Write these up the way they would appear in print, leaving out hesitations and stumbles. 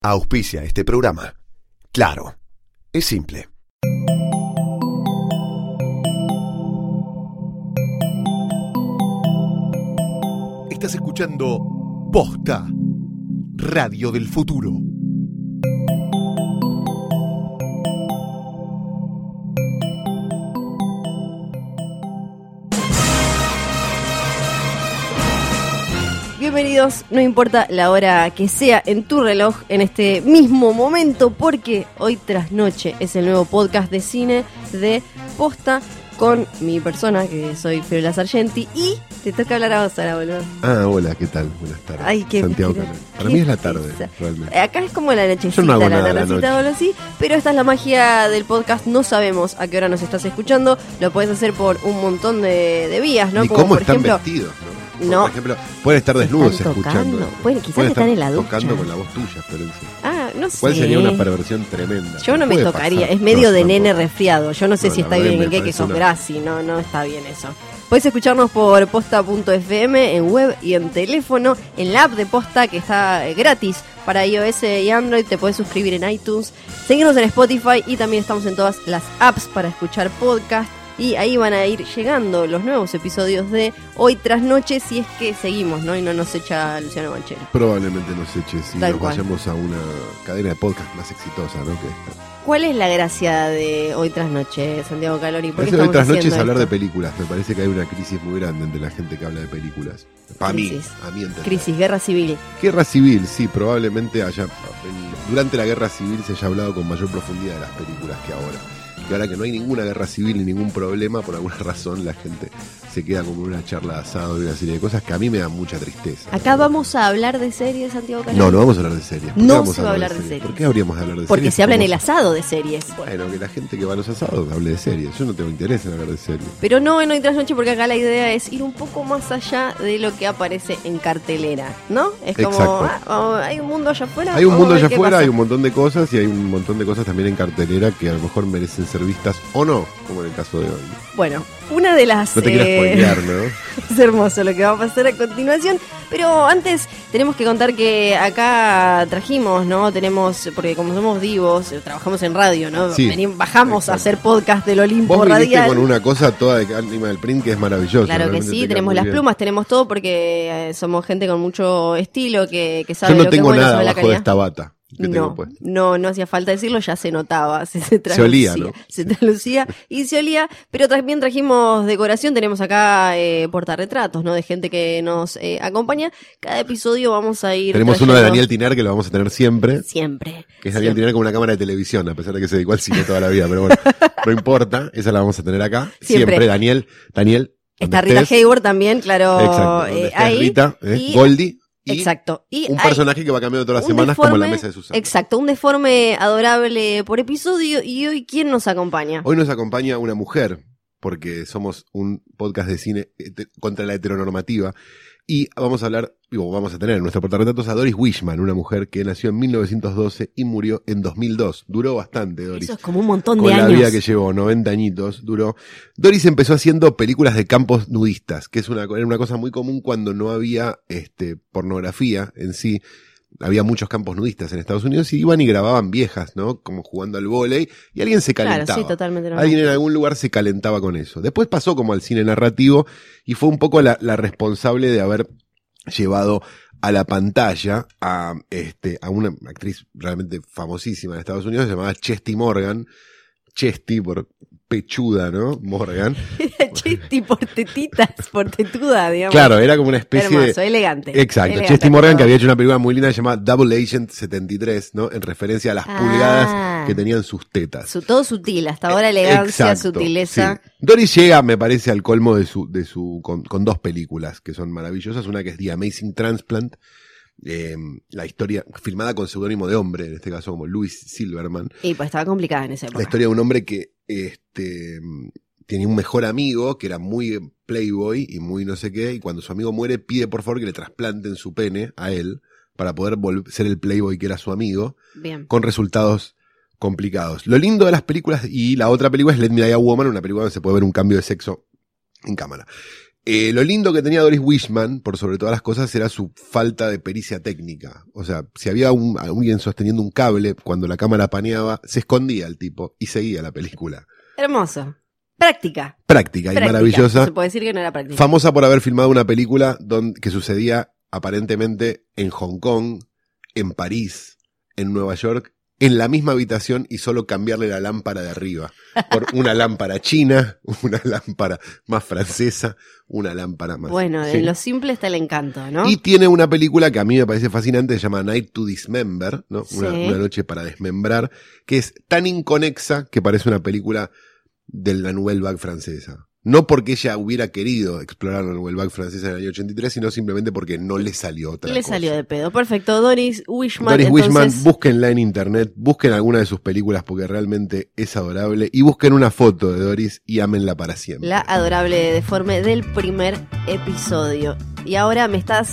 Auspicia este programa. Claro, es simple. Estás escuchando Posta, Radio del Futuro. Bienvenidos, no importa la hora que sea en tu reloj en este mismo momento, porque hoy tras noche es el nuevo podcast de cine de Posta con mi persona, que soy Fiorella Sargenti, y te toca hablar a vos ahora, boludo. Ah, hola, ¿qué tal? Buenas tardes. Ay, qué Santiago Calori. Para mí es la tarde, realmente. Acá es como la nochecita, Yo no hago la nada a la tardecita o algo así, pero esta es la magia del podcast. No sabemos a qué hora nos estás escuchando. Lo podés hacer por un montón de vías, ¿no? Y como cómo por están ejemplo, vestidos, ¿no? No. Por ejemplo, pueden estar desnudos Están escuchando. tocando. Bueno, quizás Pueden están en estar la ducha. tocando con la voz tuya, Florencia. Ah, no sé. ¿Cuál sería una perversión tremenda? Yo no me Puede tocaría, pasar. es medio No, de tampoco. nene resfriado. Yo no sé No, si la está verdad bien me en qué, que parece sos una- grasi, no está bien eso. Puedes escucharnos por posta.fm en web y en teléfono, en la app de Posta que está gratis para iOS y Android. Te puedes suscribir en iTunes, seguirnos en Spotify y también estamos en todas las apps para escuchar podcast. Y ahí van a ir llegando los nuevos episodios de Hoy tras Noche, si es que seguimos, ¿no? Y no nos echa Luciano Banchero. Probablemente nos eche si Tal nos cual. vayamos a una cadena de podcast más exitosa, ¿no? Que esta. ¿Cuál es la gracia de Hoy tras Noche, Santiago Calori? ¿Por qué Hoy estamos tras noche es haciendo hablar de esto? películas. Me parece que hay una crisis muy grande entre la gente que habla de películas. Para mí, Crisis. a mí entender. Crisis, guerra civil. Guerra civil, sí, probablemente durante la guerra civil se haya hablado con mayor profundidad de las películas que ahora. Que ahora que no hay ninguna guerra civil ni ningún problema, por alguna razón la gente se queda como en una charla de asado y una serie de cosas que a mí me dan mucha tristeza. Acá vamos a hablar de series, Santiago Calori. No vamos a hablar de series. ¿Por qué No vamos se va a hablar de series. ¿Por qué habríamos de hablar de Porque series? se habla en el Vamos- asado de series. Bueno, que la gente que va a los asados hable de series. Yo no tengo interés en hablar de series. Pero no en Hoy tras Noche, porque acá la idea es ir un poco más allá de lo que aparece en cartelera, ¿no? Es como, Exacto. hay un mundo allá afuera. Hay un vamos a mundo ver allá qué afuera, pasa. hay un montón de cosas y hay un montón de cosas también en cartelera que a lo mejor merecen ser vistas o no, como en el caso de hoy. Bueno, una de las... No te quieras spoilear, ¿no? Es hermoso lo que va a pasar a continuación, pero antes tenemos que contar que acá trajimos, ¿no? Tenemos, porque como somos divos, trabajamos en radio, ¿no? Sí, Bajamos a exacto. hacer podcast del Olimpo Vos viniste Radial. con una cosa toda de Animal Print que es maravillosa. Claro que realmente sí, te queda tenemos muy las bien. plumas, tenemos todo porque somos gente con mucho estilo que Yo sabe no lo que es tengo bueno nada sobre la abajo de calidad. esta bata que tengo No, puesta. no hacía falta decirlo, ya se notaba, se olía, traducía, ¿no? se traducía y se olía, pero también trajimos decoración, tenemos acá portarretratos, ¿no? De gente que nos acompaña. Cada episodio vamos a ir Tenemos uno de trayendo- Daniel Tinar que lo vamos a tener siempre. Siempre. Que es Daniel Tinar con una cámara de televisión, a pesar de que se dedicó al cine toda la vida. Pero bueno, no importa, esa la vamos a tener acá. Siempre. Siempre, Daniel. donde Está Rita estés. Hayward también, claro. Exacto, donde estés, ahí. Rita, Y- Goldie. Y Exacto. Y un hay personaje que va cambiando todas las un semanas, como la deforme- mesa de Susana. Exacto, un deforme adorable por episodio. Y hoy, ¿quién nos acompaña? Hoy nos acompaña una mujer, porque somos un podcast de cine contra la heteronormativa. Y vamos a tener en nuestro portarretratos a Doris Wishman, una mujer que nació en 1912 y murió en 2002. Duró bastante, Doris. Eso es como un montón Con de la años. vida que llevó, 90 añitos duró. Doris empezó haciendo películas de campos nudistas, que era una cosa muy común cuando no había pornografía en sí. Había muchos campos nudistas en Estados Unidos y iban y grababan viejas, ¿no? Como jugando al vóley, y alguien se calentaba. Claro, sí, totalmente normal. Alguien en algún lugar se calentaba con eso. Después pasó como al cine narrativo y fue un poco la responsable de haber llevado a la pantalla a una actriz realmente famosísima de Estados Unidos, se llamaba Chesty Morgan. Chesty por pechuda, ¿no? Morgan. Chesty por tetitas, por tetuda, digamos. Claro, era como una especie Hermoso, de... elegante. Exacto, Elegante, Chesty Morgan, todo. que había hecho una película muy linda llamada Double Agent 73, ¿no? En referencia a las pulgadas que tenían sus tetas. Todo sutil, hasta ahora elegancia, Exacto, sutileza. sí. Doris llega, me parece, al colmo con dos películas que son maravillosas. Una que es The Amazing Transplant, la historia filmada con seudónimo de hombre, en este caso como Louis Silverman. Y pues estaba complicada en esa época. La historia de un hombre que tenía un mejor amigo que era muy playboy y muy no sé qué, y cuando su amigo muere pide por favor que le trasplanten su pene a él para poder ser el playboy que era su amigo, Bien. con resultados complicados. Lo lindo de las películas, y la otra película es Let Me Die a Woman, una película donde se puede ver un cambio de sexo en cámara. Lo lindo que tenía Doris Wishman, por sobre todas las cosas, era su falta de pericia técnica. O sea, si había alguien sosteniendo un cable, cuando la cámara paneaba, se escondía el tipo y seguía la película. Hermoso. Práctica. Práctica y maravillosa. No se puede decir que no era práctica. Famosa por haber filmado una película que sucedía aparentemente en Hong Kong, en París, en Nueva York, en la misma habitación y solo cambiarle la lámpara de arriba. Por una lámpara china, una lámpara más francesa, una lámpara más... Bueno, ¿sí? en lo simple está el encanto, ¿no? Y tiene una película que a mí me parece fascinante, se llama Night to Dismember, ¿no? Sí. Una noche para desmembrar, que es tan inconexa que parece una película de la Nouvelle Vague francesa. No porque ella hubiera querido explorar la Nouvelle Vague francesa en el año 83, sino simplemente porque no le salió otra cosa. Le salió de pedo. Perfecto. Doris Wishman. Doris entonces... Wishman, búsquenla en internet, busquen alguna de sus películas porque realmente es adorable y busquen una foto de Doris y ámenla para siempre. La adorable deforme del primer episodio. Y ahora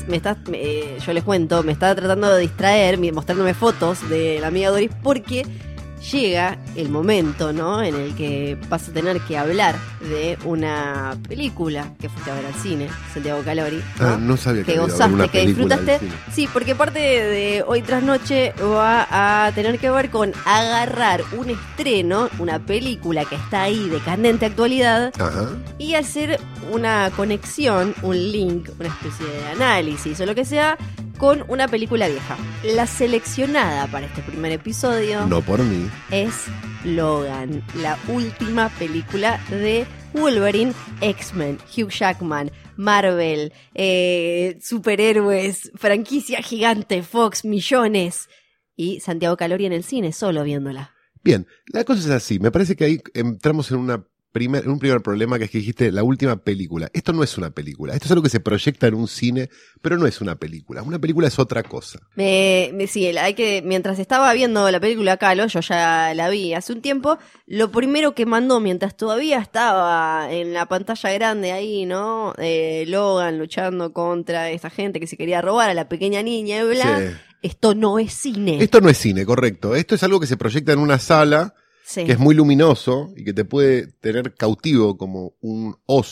yo les cuento, me está tratando de distraer, mostrándome fotos de la amiga Doris porque llega el momento, ¿no? En el que vas a tener que hablar de una película que fuiste a ver al cine, Santiago Calori, ¿no? No sabía que había gozaste, una que película disfrutaste. del cine. Sí, porque parte de hoy tras noche va a tener que ver con agarrar un estreno, una película que está ahí de candente actualidad, Ajá. y hacer una conexión, un link, una especie de análisis o lo que sea, con una película vieja. La seleccionada para este primer episodio No por mí. es Logan, la última película de Wolverine, X-Men, Hugh Jackman, Marvel, superhéroes, franquicia gigante, Fox, millones, y Santiago Calori en el cine, solo viéndola. Bien, la cosa es así. Me parece que ahí entramos en un primer problema, que es que dijiste la última película. Esto no es una película. Esto es algo que se proyecta en un cine, pero no es una película. Una película es otra cosa. Sí, mientras estaba viendo la película Calo, yo ya la vi hace un tiempo, lo primero que mandó mientras todavía estaba en la pantalla grande ahí, ¿no? Logan luchando contra esta gente que se quería robar a la pequeña niña y bla. Sí. Esto no es cine. Esto no es cine, correcto. Esto es algo que se proyecta en una sala, Sí. que es muy luminoso y que te puede tener cautivo como un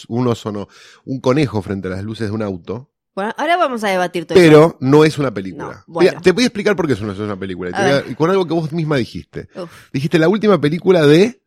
conejo frente a las luces de un auto. Bueno, ahora vamos a debatir todo eso. Pero no es una película. No, bueno. Mira, te voy a explicar por qué eso no es una película. Y con algo que vos misma dijiste. Uf, Dijiste la última película de...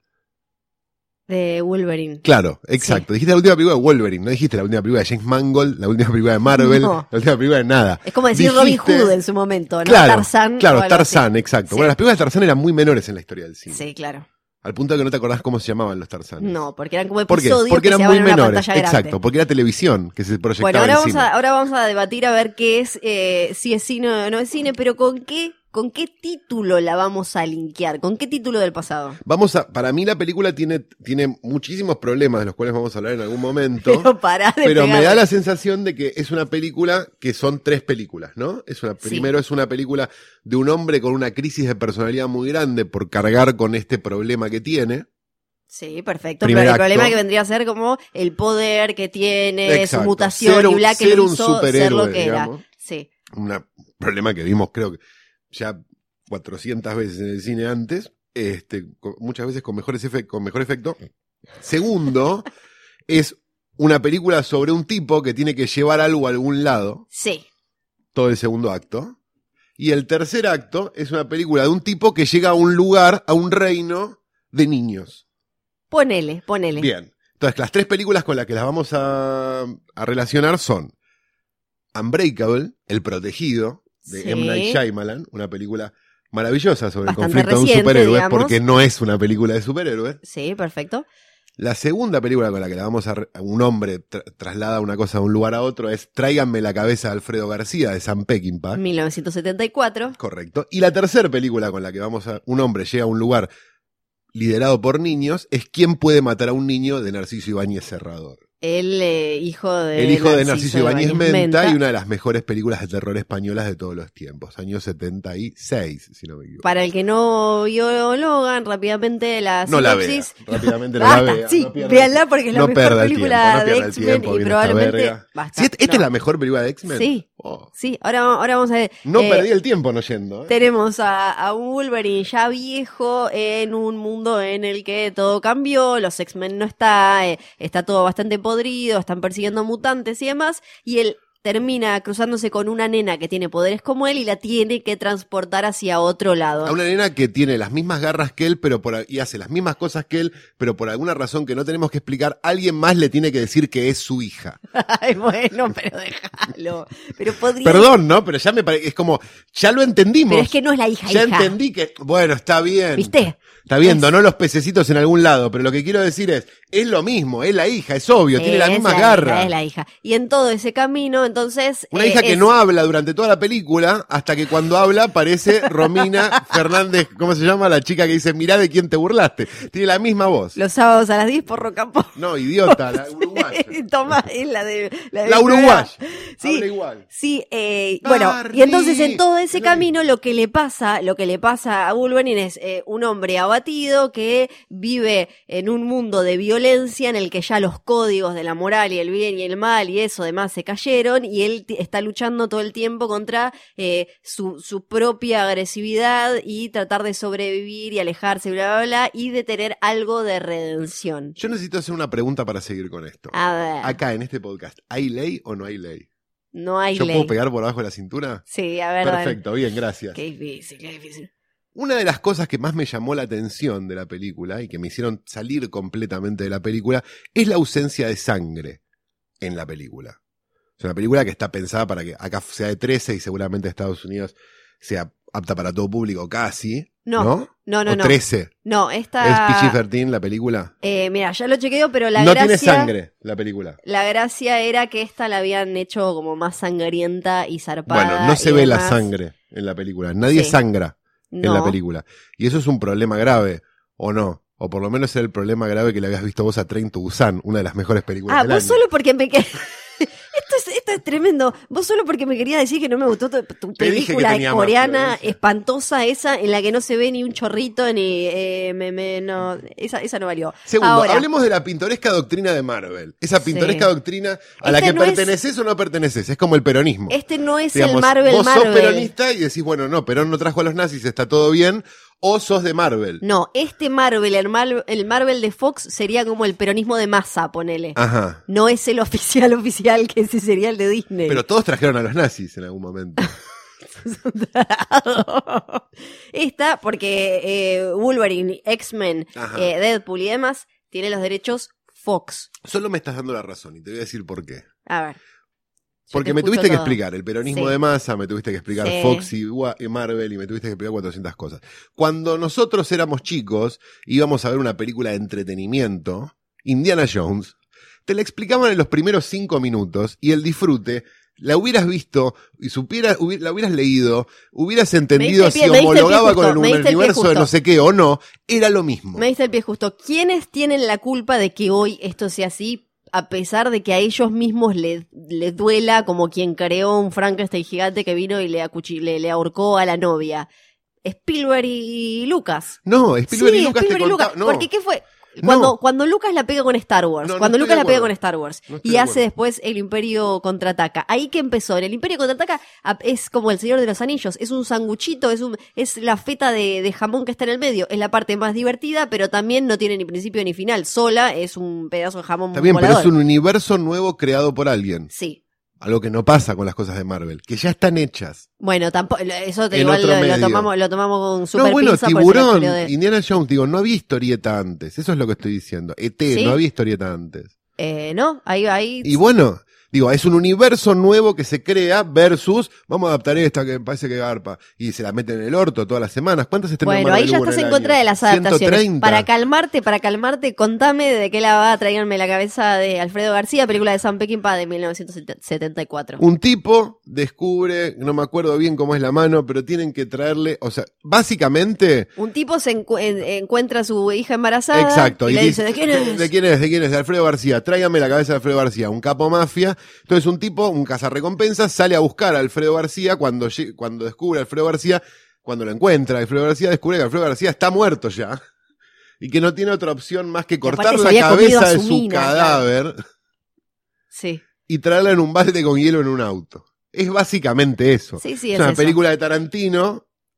de Wolverine. Claro, exacto. Sí. Dijiste la última película de Wolverine. No dijiste la última película de James Mangold, la última película de Marvel, No. la última película de nada. Es como decir Dijiste- Robin Hood en su momento, ¿no? Claro, Tarzán. o claro, algo Tarzán, así. exacto. Sí. Bueno, las películas de Tarzán eran muy menores en la historia del cine. Sí, claro. Al punto de que no te acordás cómo se llamaban los Tarzanes. No, porque eran como ¿Por qué? episodios Porque que eran se muy daban en una menores. pantalla grande. Exacto, porque era televisión que se proyectaba Bueno, en cine. ahora vamos a debatir a ver qué es, si es cine o no es cine, pero ¿con qué título la vamos a linkear? ¿Con qué título del pasado? Para mí la película tiene muchísimos problemas de los cuales vamos a hablar en algún momento. Pero pará de Pero me pegarle. da la sensación de que es una película que son tres películas, ¿no? Primero es una película de un hombre con una crisis de personalidad muy grande por cargar con este problema que tiene. Sí, perfecto. Primer Pero el acto. problema que vendría a ser como el poder que tiene, Exacto. su mutación Ser y bla, que ser lo un hizo ser superhéroe, lo que era. digamos. Sí. Un problema que vimos creo que ya 400 veces en el cine antes, muchas veces con mejor efecto. Segundo, es una película sobre un tipo que tiene que llevar algo a algún lado, Sí. todo el segundo acto. Y el tercer acto es una película de un tipo que llega a un lugar, a un reino de niños. Ponele. Bien. Entonces, las tres películas con las que las vamos a relacionar son Unbreakable, El Protegido, de Sí. M. Night Shyamalan, una película maravillosa sobre Bastante el conflicto de un reciente, superhéroe, digamos. porque no es una película de superhéroes. Sí, perfecto. La segunda película con la que la vamos un hombre traslada una cosa de un lugar a otro es Tráiganme la cabeza de Alfredo García, de Sam Peckinpah. 1974. Correcto. Y la tercera película con la que un hombre llega a un lugar liderado por niños es ¿Quién puede matar a un niño? De Narciso Ibáñez Serrador. El hijo de Narciso Ibáñez Menta y una de las mejores películas de terror españolas de todos los tiempos, años 76, si no me equivoco. Para el que no vio Logan, rápidamente la No la vea, sinopsis. rápidamente no Basta, la vea. sí, no pierda- véanla porque es la no mejor pierda el película tiempo, no de pierda el X-Men tiempo, y viene probablemente... esta verga. Basta, ¿Sí, ¿Esta no. es la mejor película de X-Men? Sí. Oh. Sí, ahora vamos a ver. No perdí el tiempo no yendo. Tenemos a un Wolverine ya viejo en un mundo en el que todo cambió, los X-Men no está todo bastante podrido, están persiguiendo mutantes y demás, y él termina cruzándose con una nena que tiene poderes como él y la tiene que transportar hacia otro lado. A una nena que tiene las mismas garras que él, y hace las mismas cosas que él, pero por alguna razón que no tenemos que explicar, alguien más le tiene que decir que es su hija. Ay, bueno, pero déjalo. Pero podría... Perdón, ¿no? Pero ya me parece, es como, ya lo entendimos. Pero es que no es la hija. Ya entendí que, bueno, está bien. ¿Viste? Está bien, donó los pececitos en algún lado, pero lo que quiero decir es lo mismo, es la hija, es obvio, tiene las mismas garras. Es la hija. Y en todo ese camino, entonces... Una hija que no habla durante toda la película, hasta que cuando habla aparece Romina Fernández, ¿cómo se llama? La chica que dice, mirá de quién te burlaste. Tiene la misma voz. Los sábados a las 10 por Rocapó. No, idiota, la uruguaya. Toma, es la de... La uruguaya. Sí, habla igual. Sí, bueno, y entonces en todo ese camino lo que le pasa a Wolverine es un hombre abatido que vive en un mundo de violencia en el que ya los códigos de la moral y el bien y el mal y eso demás se cayeron, y él está luchando todo el tiempo contra su propia agresividad y tratar de sobrevivir y alejarse, bla, bla, bla, y de tener algo de redención. Yo necesito hacer una pregunta para seguir con esto. A ver. Acá en este podcast, ¿hay ley o no hay ley? No hay ¿Yo ley. puedo pegar por abajo de la cintura? Sí, a ver. Perfecto, bien, gracias. Qué difícil. Una de las cosas que más me llamó la atención de la película y que me hicieron salir completamente de la película es la ausencia de sangre en la película. Es una película que está pensada para que acá sea de 13 y seguramente Estados Unidos sea apta para todo público casi. No. ¿O 13? No, esta... ¿Es PG-13 la película? Mira, ya lo chequeo, pero la no gracia... No tiene sangre la película. La gracia era que esta la habían hecho como más sangrienta y zarpada. Bueno, no se ve la sangre en la película. Nadie sangra en la película. Y eso es un problema grave, ¿o no? O por lo menos era el problema grave que le habías visto vos a Train to Busan, una de las mejores películas del año. Vos solo porque me... Esto es tremendo. Vos solo porque me querías decir que no me gustó tu película coreana espantosa esa en la que no se ve ni un chorrito ni no, esa no valió. Segundo, ahora, hablemos de la pintoresca doctrina de Marvel. Esa pintoresca doctrina a la que no perteneces o no perteneces. Es como el peronismo. Este no es digamos, el Marvel. Vos sos peronista y decís, bueno, no, Perón no trajo a los nazis, está todo bien. O sos de Marvel. No, este Marvel, el Marvel de Fox sería como el peronismo de masa, ponele. Ajá. No es el oficial, que ese sería el de Disney. Pero todos trajeron a los nazis en algún momento. Esta, porque Wolverine, X-Men, Deadpool y demás, tiene los derechos Fox. Solo me estás dando la razón y te voy a decir por qué. A ver. Porque me tuviste que explicar el peronismo de masa, me tuviste que explicar Fox y Marvel y me tuviste que explicar 400 cosas. Cuando nosotros éramos chicos, íbamos a ver una película de entretenimiento, Indiana Jones, te la explicaban en los primeros 5 minutos y el disfrute, la hubieras visto y la hubieras leído, hubieras entendido si homologaba con el universo de no sé qué o no, era lo mismo. Me diste el pie justo. ¿Quiénes tienen la culpa de que hoy esto sea así? A pesar de que a ellos mismos les duela, como quien creó un Frankenstein gigante que vino y le ahorcó a la novia. Spielberg y Lucas. No, Spielberg y Lucas Spielberg te contaban. No. Porque ¿qué fue? Cuando Lucas la pega con Star Wars, y hace después el Imperio Contraataca, ahí que empezó, en el Imperio Contraataca es como el Señor de los Anillos, es un sanguchito, es la feta de jamón que está en el medio, es la parte más divertida, pero también no tiene ni principio ni final, sola es un pedazo de jamón Está bien, volador. pero es un universo nuevo creado por alguien. Sí. Algo que no pasa con las cosas de Marvel, que ya están hechas. Bueno, tampoco, eso igual lo tomamos con super no, bueno, pinza. Tiburón, Indiana Jones, digo, no había historieta antes, eso es lo que estoy diciendo. E.T., ¿sí? No había historieta antes. No, ahí. Y bueno, digo, es un universo nuevo que se crea versus, vamos a adaptar esta que me parece que garpa, y se la meten en el orto todas las semanas. ¿Cuántas estrenas Bueno, ahí ya estás en contra de las adaptaciones. 130. Para calmarte, contame de qué la va a traerme la cabeza de Alfredo García, película de Sam Peckinpah de 1974. Un tipo descubre, no me acuerdo bien cómo es la mano, pero tienen que traerle, o sea, básicamente... Un tipo encuentra a su hija embarazada. Exacto. Y le dice, ¿de quién es? ¿De quién es? De Alfredo García. Tráigame la cabeza de Alfredo García, un capo mafia. Entonces un tipo, un cazarrecompensas, sale a buscar a Alfredo García. Cuando descubre a Alfredo García, cuando lo encuentra Alfredo García, descubre que Alfredo García está muerto ya. Y que no tiene otra opción más que cortar la cabeza de su cadáver. Claro. Sí. Y traerla en un balde con hielo en un auto. Es básicamente eso. Sí, es una película de Tarantino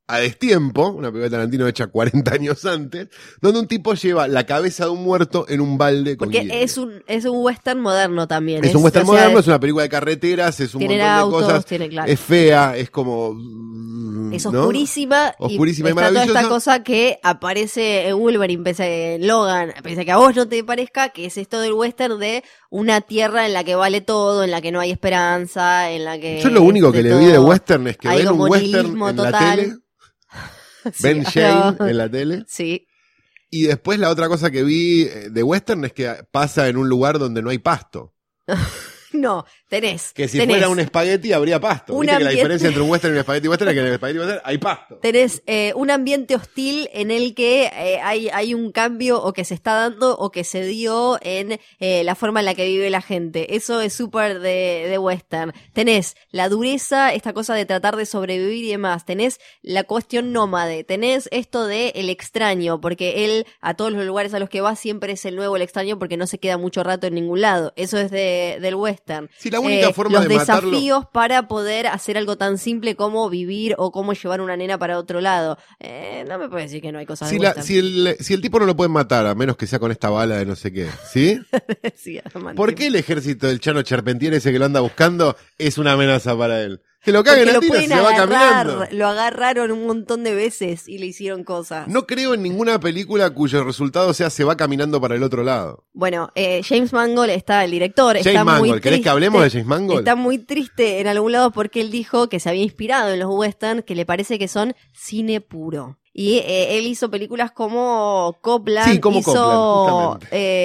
A Destiempo, una película de Tarantino hecha 40 años antes, donde un tipo lleva la cabeza de un muerto en un balde con Porque hielo. es un western moderno también. Es un western o sea, moderno, es una película de carreteras, es un tiene montón autos, de cosas. tiene, claro. Es fea, es como... Es ¿no? oscurísima, Oscurísima y está toda maravillosa. esta cosa que aparece en Wolverine, pese en Logan, pese a que a vos no te parezca, que es esto del western de una tierra en la que vale todo, en la que no hay esperanza, en la que... Yo lo único que le vi de western es que hay ven un como western nihilismo en total. la tele, Sí, ven Shane en la tele, Sí. y después la otra cosa que vi de western es que pasa en un lugar donde no hay pasto. No, tenés. Que si fuera un espagueti habría pasto. un Viste que la ambiente- diferencia entre un western y un espagueti western es que en el espagueti western hay pasto. Tenés un ambiente hostil en el que hay un cambio o que se está dando o que se dio en la forma en la que vive la gente. Eso es súper de western. Tenés la dureza, esta cosa de tratar de sobrevivir y demás. Tenés la cuestión nómade. Tenés esto de el extraño, porque él a todos los lugares a los que va siempre es el nuevo, el extraño, porque no se queda mucho rato en ningún lado. Eso es del western. Sí, la única forma los de matarlo... desafíos para poder hacer algo tan simple como vivir o como llevar una nena para otro lado. No me puede decir que no hay cosas Si, de western. si el tipo no lo pueden matar, a menos que sea con esta bala de no sé qué, ¿sí? Sí, además, ¿Por qué el ejército del Chano Charpentier ese que lo anda buscando es una amenaza para él? Que lo caguen Porque a lo tiros, pueden se va agarrar, caminando. lo agarraron un montón de veces y le hicieron cosas. No creo en ninguna película cuyo resultado sea se va caminando para el otro lado. Bueno, James Mangold está, el director, James está muy Mangold, ¿querés que triste. hablemos de James Mangold? Está muy triste en algún lado porque él dijo que se había inspirado en los western, que le parece que son cine puro. Y él hizo películas como Copland, Sí, como hizo Copland,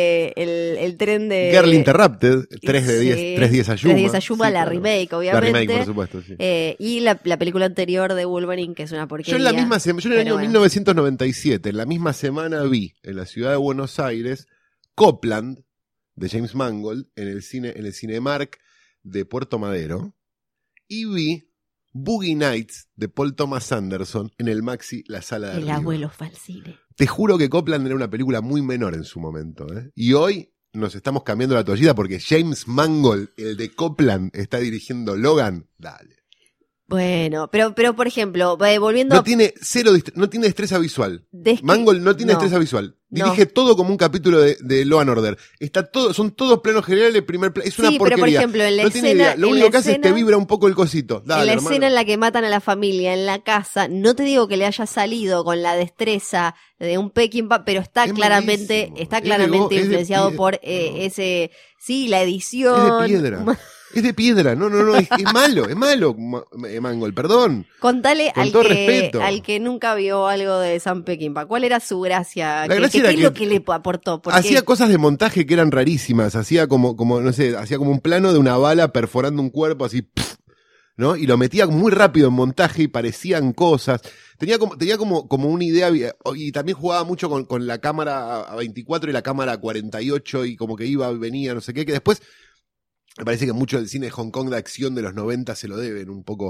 el tren de... Girl Interrupted, 3 de 10, Sí, 3 días a Yuma. 3 días a Yuma, Sí, la claro. remake, La obviamente. remake, por supuesto, sí. Y la película anterior de Wolverine, que es una porquería. Yo en la misma yo en el Pero año bueno. 1997, en la misma semana vi en la ciudad de Buenos Aires Copland de James Mangold en el Cinemark de Puerto Madero y vi Boogie Nights de Paul Thomas Anderson en el Maxi La Sala de El Arriba. abuelo fue al cine. Te juro que Copland era una película muy menor en su momento, ¿eh? Y hoy nos estamos cambiando la toallita porque James Mangold, el de Copland, está dirigiendo Logan. Dale. Bueno, pero por ejemplo, volviendo No tiene no tiene destreza visual. Desqui- Mangold no tiene no. destreza visual. No. Dirige todo como un capítulo de Law and Order. Son todos planos generales, primer plano. Es una Sí, pero porquería. por ejemplo, en la no tiene escena- idea. Lo en único la que hace es te escena- vibra un poco el cosito. Dale, en la hermano. escena en la que matan a la familia en la casa, no te digo que le haya salido con la destreza de un Peckinpah, pero está Es claramente, malísimo. está Es de claramente es de influenciado pie- por no. ese, sí, la edición. Es de piedra. Es de piedra. No. Es malo. Es malo, Mangold. Perdón. Contale Con al todo que, respeto. al que nunca vio algo de Sam Peckinpah, ¿cuál era su gracia? La gracia era ¿Qué es que lo que le aportó? ¿Por Hacía qué? cosas de montaje que eran rarísimas. Hacía como, no sé, hacía como un plano de una bala perforando un cuerpo así, ¡pf! ¿no? Y lo metía muy rápido en montaje y parecían cosas. Tenía como una idea, y también jugaba mucho con la cámara a 24 y la cámara a 48 y como que iba y venía, no sé qué, que después me parece que mucho del cine de Hong Kong de acción de los 90 se lo deben un poco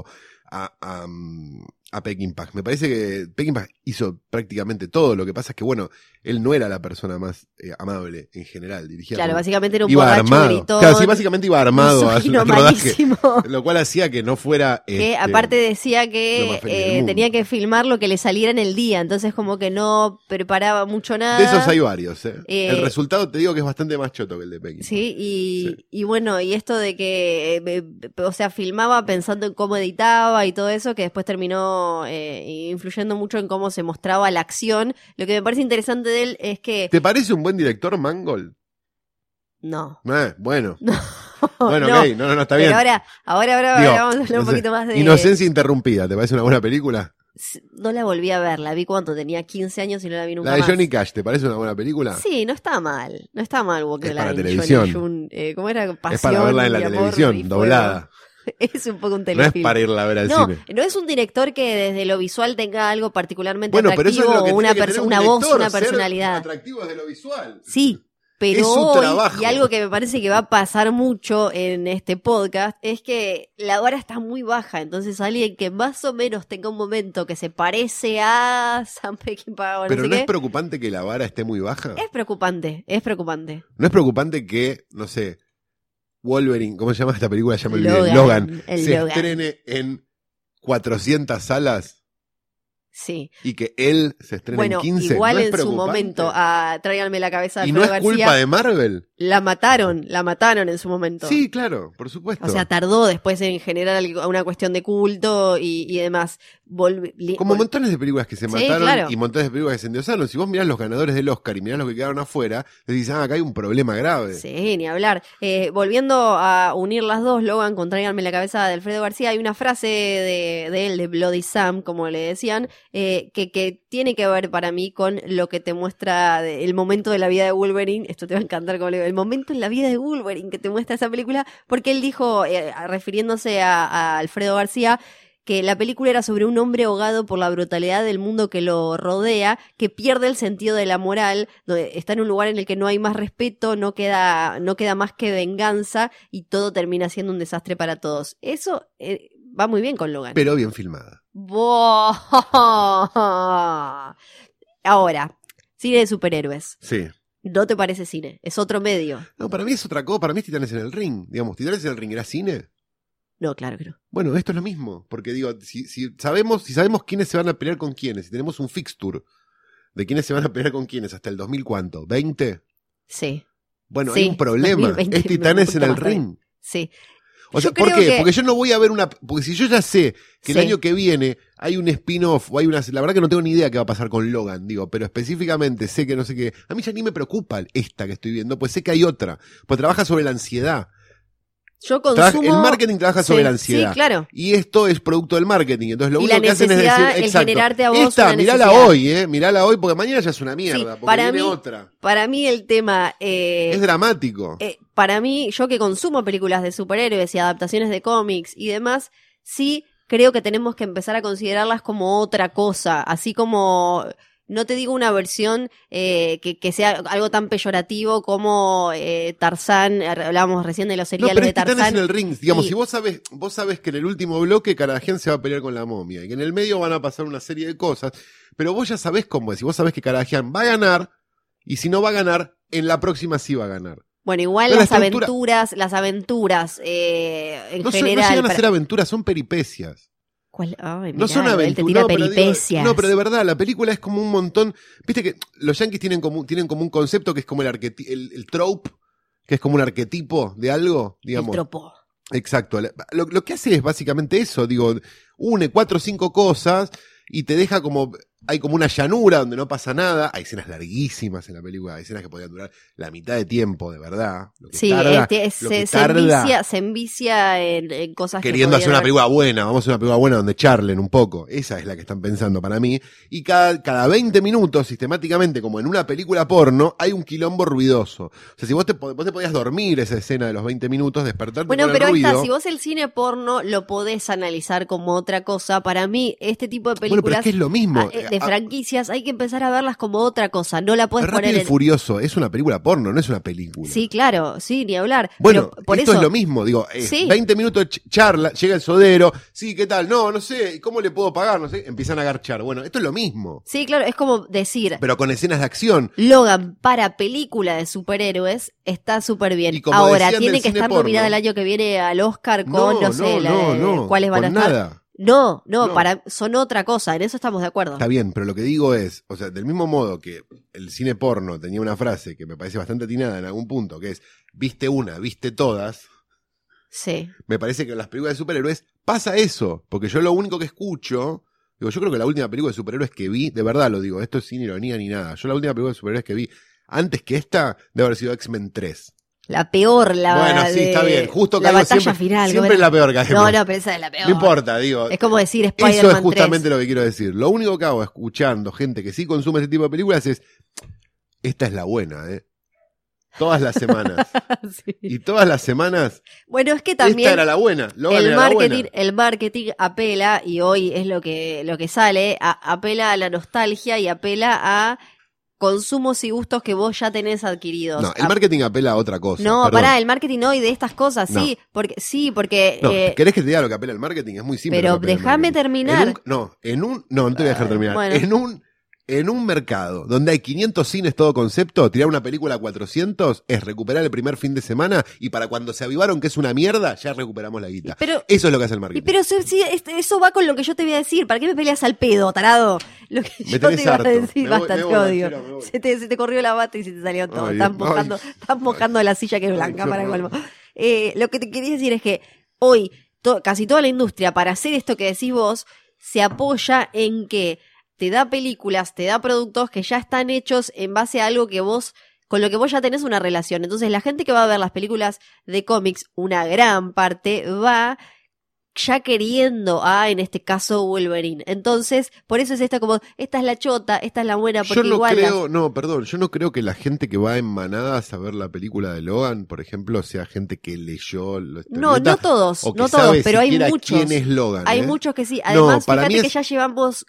a Peckinpah. Me parece que Peckinpah hizo prácticamente todo. Lo que pasa es que, bueno, él no era la persona más amable en general. Dirigía Claro, como- básicamente era un iba borracho armado. gritón. Claro, sí, básicamente iba armado a su misógino rodaje. malísimo. Lo cual hacía que no fuera. Que este, aparte decía lo que más feliz del mundo. tenía que filmar lo que le saliera en el día, entonces como que no preparaba mucho nada. de esos hay varios. Eh, El resultado te digo que es bastante más choto que el de Peckinpah. Sí, Sí. y bueno, y esto de que, o sea, filmaba pensando en cómo editaba y todo eso, que después terminó influyendo mucho en cómo se mostraba la acción. Lo que me parece interesante de él es que... ¿Te parece un buen director, Mangold? No. Bueno. Bueno, no. ok, no, está bien. Pero ahora Digo, vamos a hablar no un sé, poquito más de... Inocencia interrumpida, ¿te parece una buena película? No la volví a ver, la vi cuando tenía 15 años y no la vi nunca La de más. Johnny Cash, ¿te parece una buena película? Sí, no está mal. No está mal Walk Es the para Line, televisión. Johnny June, ¿cómo era? Pasión Es para verla en la y amor y televisión, fuego. doblada. Es un poco un No es telefilm. para irla a ver al No, cine. no es un director que desde lo visual tenga algo particularmente Bueno, pero eso atractivo es lo que o una, tiene que tener un una voz, director, una ser personalidad. atractivo desde lo visual. Sí, pero Es su hoy, trabajo. y algo que me parece que va a pasar mucho en este podcast, es que la vara está muy baja, entonces alguien que más o menos tenga un momento que se parece a Sam Peckinpah o no Pero sé ¿no qué, es preocupante que la vara esté muy baja? es preocupante, es preocupante. ¿No es preocupante que, no sé, Wolverine, ¿cómo se llama esta película? Ya me olvidé. Logan, Logan. el Se Logan. estrene en 400 salas Sí. Y que él se estrena Bueno, en 15. igual ¿No es en su preocupante? momento, tráiganme la cabeza de ¿Y no Alfredo es culpa García, de Marvel? la mataron en su momento. Sí, claro, por supuesto. O sea, tardó después en generar una cuestión de culto y demás. Como montones de películas que se Sí, mataron claro. y montones de películas que se endiosaron. Si vos mirás los ganadores del Oscar y mirás los que quedaron afuera, decís, acá hay un problema grave. Sí, ni hablar. Volviendo a unir las dos, Logan con Tráiganme la cabeza de Alfredo García, hay una frase de él, de Bloody Sam, como le decían, que tiene que ver para mí con lo que te muestra el momento de la vida de Wolverine. Esto te va a encantar, como le digo, el momento en la vida de Wolverine que te muestra esa película, porque él dijo, refiriéndose a Alfredo García, que la película era sobre un hombre ahogado por la brutalidad del mundo que lo rodea, que pierde el sentido de la moral, donde está en un lugar en el que no hay más respeto, no queda más que venganza y todo termina siendo un desastre para todos. Eso va muy bien con Logan. Pero bien filmada. Ahora, cine de superhéroes. Sí. ¿No te parece cine? Es otro medio. No, para mí es otra cosa. Para mí es Titanes en el Ring. Digamos, Titanes en el Ring era cine. No, claro que no. Bueno, esto es lo mismo. Porque digo, si sabemos quiénes se van a pelear con quiénes, si tenemos un fixture de quiénes se van a pelear con quiénes hasta el 2000, ¿cuánto? ¿20? Sí. Bueno, Sí, hay un problema. 2020, Es Titanes en el puta madre. Ring. Sí. O sea, Yo ¿por creo qué? que- Porque yo no voy a ver porque si yo ya sé que el Sí. año que viene hay un spin-off o hay la verdad que no tengo ni idea qué va a pasar con Logan, digo, pero específicamente sé que no sé qué, a mí ya ni me preocupa esta que estoy viendo, pues sé que hay otra, pues trabaja sobre la ansiedad. Yo consumo... El marketing trabaja sobre Sí, la ansiedad. Sí, claro. Y esto es producto del marketing, entonces lo Y único la que hacen es necesidad, decir, el exacto, generarte a vos esta, una mirala necesidad. mirala hoy, porque mañana ya es una mierda, Sí, porque para viene mí- otra. Para mí el tema... Es dramático. para mí, yo que consumo películas de superhéroes y adaptaciones de cómics y demás, sí creo que tenemos que empezar a considerarlas como otra cosa, así como... No te digo una versión que sea algo tan peyorativo como Tarzán, hablábamos recién de los No, seriales pero de es Titanes Tarzán. en el Ring. Digamos, Y- si vos sabés que en el último bloque Caradagian se va a pelear con la momia y que en el medio van a pasar una serie de cosas, pero vos ya sabés cómo es. Si vos sabés que Caradagian va a ganar y si no va a ganar, en la próxima sí va a ganar. Bueno, igual No, las la estructura- aventuras en No general... llegan a ser aventuras, son peripecias. ¿Cuál? Ay, No mirá, son él te aventuras. tira No, pero digo, peripecias. no, pero de verdad, la película es como un montón. Viste que los yankees tienen como un concepto que es como el trope, que es como un arquetipo de algo, El digamos. tropo. Exacto. Lo que hace es básicamente eso, digo, une 4 o 5 cosas y te deja como, hay como una llanura donde no pasa nada, hay escenas larguísimas en la película, hay escenas que podían durar la mitad de tiempo, de verdad. Lo que Sí, tarda, lo que tarda se envicia en cosas queriendo que hacer una podían película buena, vamos a hacer una película buena donde charlen un poco, esa es la que están pensando para mí, y cada 20 minutos, sistemáticamente, como en una película porno, hay un quilombo ruidoso. O sea, si vos te podías dormir esa escena de los 20 minutos, despertarte Bueno, con pero el ahí ruido. está, si vos el cine porno lo podés analizar como otra cosa, para mí este tipo de Bueno, pero películas es que es lo mismo. de franquicias hay que empezar a verlas como otra cosa, no la podés poner Rápido y en... Furioso es una película porno, no es una película. Sí, claro, sí, ni hablar. Bueno, pero por esto eso, es lo mismo, digo, Sí. 20 minutos de charla, llega el sodero, sí, ¿qué tal? No sé, ¿cómo le puedo pagar? No sé, empiezan a garchar. Bueno, esto es lo mismo, Sí, claro, es como decir, pero con escenas de acción. Logan para película de superhéroes está súper bien. Y como Ahora, decían tiene del que cine estar porno. nominada el año que viene al Oscar con, no sé, cuáles van a con estar. nada. No, No. son otra cosa, en eso estamos de acuerdo. Está bien, pero lo que digo es, o sea, del mismo modo que el cine porno tenía una frase que me parece bastante atinada en algún punto, que es, viste una, viste todas, Sí. me parece que en las películas de superhéroes pasa eso, porque yo lo único que escucho, digo, yo creo que la última película de superhéroes que vi, de verdad lo digo, esto es sin ironía ni nada, yo la última película de superhéroes que vi, antes que esta, debe haber sido X-Men 3. La peor, Bueno, sí, está bien, justo la caigo batalla siempre, final. siempre es la peor que No, pero esa es la peor. No importa, digo. Es como decir Eso Spider-Man es justamente 3. lo que quiero decir. Lo único que hago escuchando gente que sí consume ese tipo de películas es, esta es la buena, todas las semanas. Sí. Y todas las semanas, Bueno, es que también esta era la buena. Logan el era la buena. marketing apela, y hoy es lo que sale, apela a la nostalgia y apela a consumos y gustos que vos ya tenés adquiridos. No, el marketing apela a otra cosa. No, perdón. pará, el marketing hoy de estas cosas, No. porque No, ¿querés que te diga lo que apela al marketing? Es muy simple. pero lo que apela al déjame marketing. terminar. No te voy a dejar terminar. bueno. en un mercado donde hay 500 cines todo concepto, tirar una película a 400 es recuperar el primer fin de semana y para cuando se avivaron que es una mierda, ya recuperamos la guita. Pero, eso es lo que hace el marketing. Pero sí, eso va con lo que yo te voy a decir. ¿Para qué me peleas al pedo, tarado? Lo que yo te iba a decir, basta, te odio. Se te corrió la bata y se te salió todo. Estás mojando la silla que es blanca para el colmo. Lo que te quería decir es que hoy casi toda la industria, para hacer esto que decís vos, se apoya en que te da películas, te da productos que ya están hechos en base a algo que con lo que vos ya tenés una relación. Entonces la gente que va a ver las películas de cómics, una gran parte va ya queriendo en este caso Wolverine. Entonces, por eso es esta es la chota, esta es la buena, porque yo no igual creo, yo no creo que la gente que va en manadas a ver la película de Logan, por ejemplo, sea gente que leyó los No todos, pero hay muchos. ¿Quién es Logan? Hay muchos que sí. Además, fíjate que ya llevamos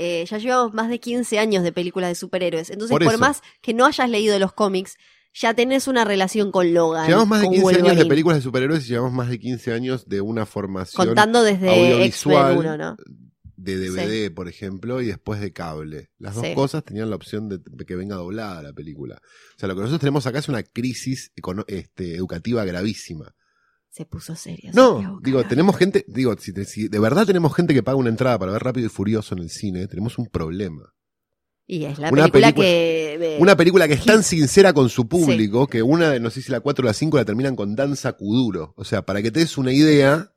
más de 15 años de películas de superhéroes. Entonces, por más que no hayas leído los cómics, ya tenés una relación con Logan. Llevamos más de 15 Wolverine. años de películas de superhéroes y llevamos más de 15 años de una formación contando desde X-Men 1, ¿no? De DVD, por ejemplo, y después de cable. Las dos cosas tenían la opción de que venga doblada la película. O sea, lo que nosotros tenemos acá es una crisis educativa gravísima. Se puso serio. No, tenemos gente, si de verdad tenemos gente que paga una entrada para ver Rápido y Furioso en el cine, tenemos un problema. Y es una película que es tan sincera con su público que no sé si la 4 o la 5 la terminan con danza kuduro. O sea, para que te des una idea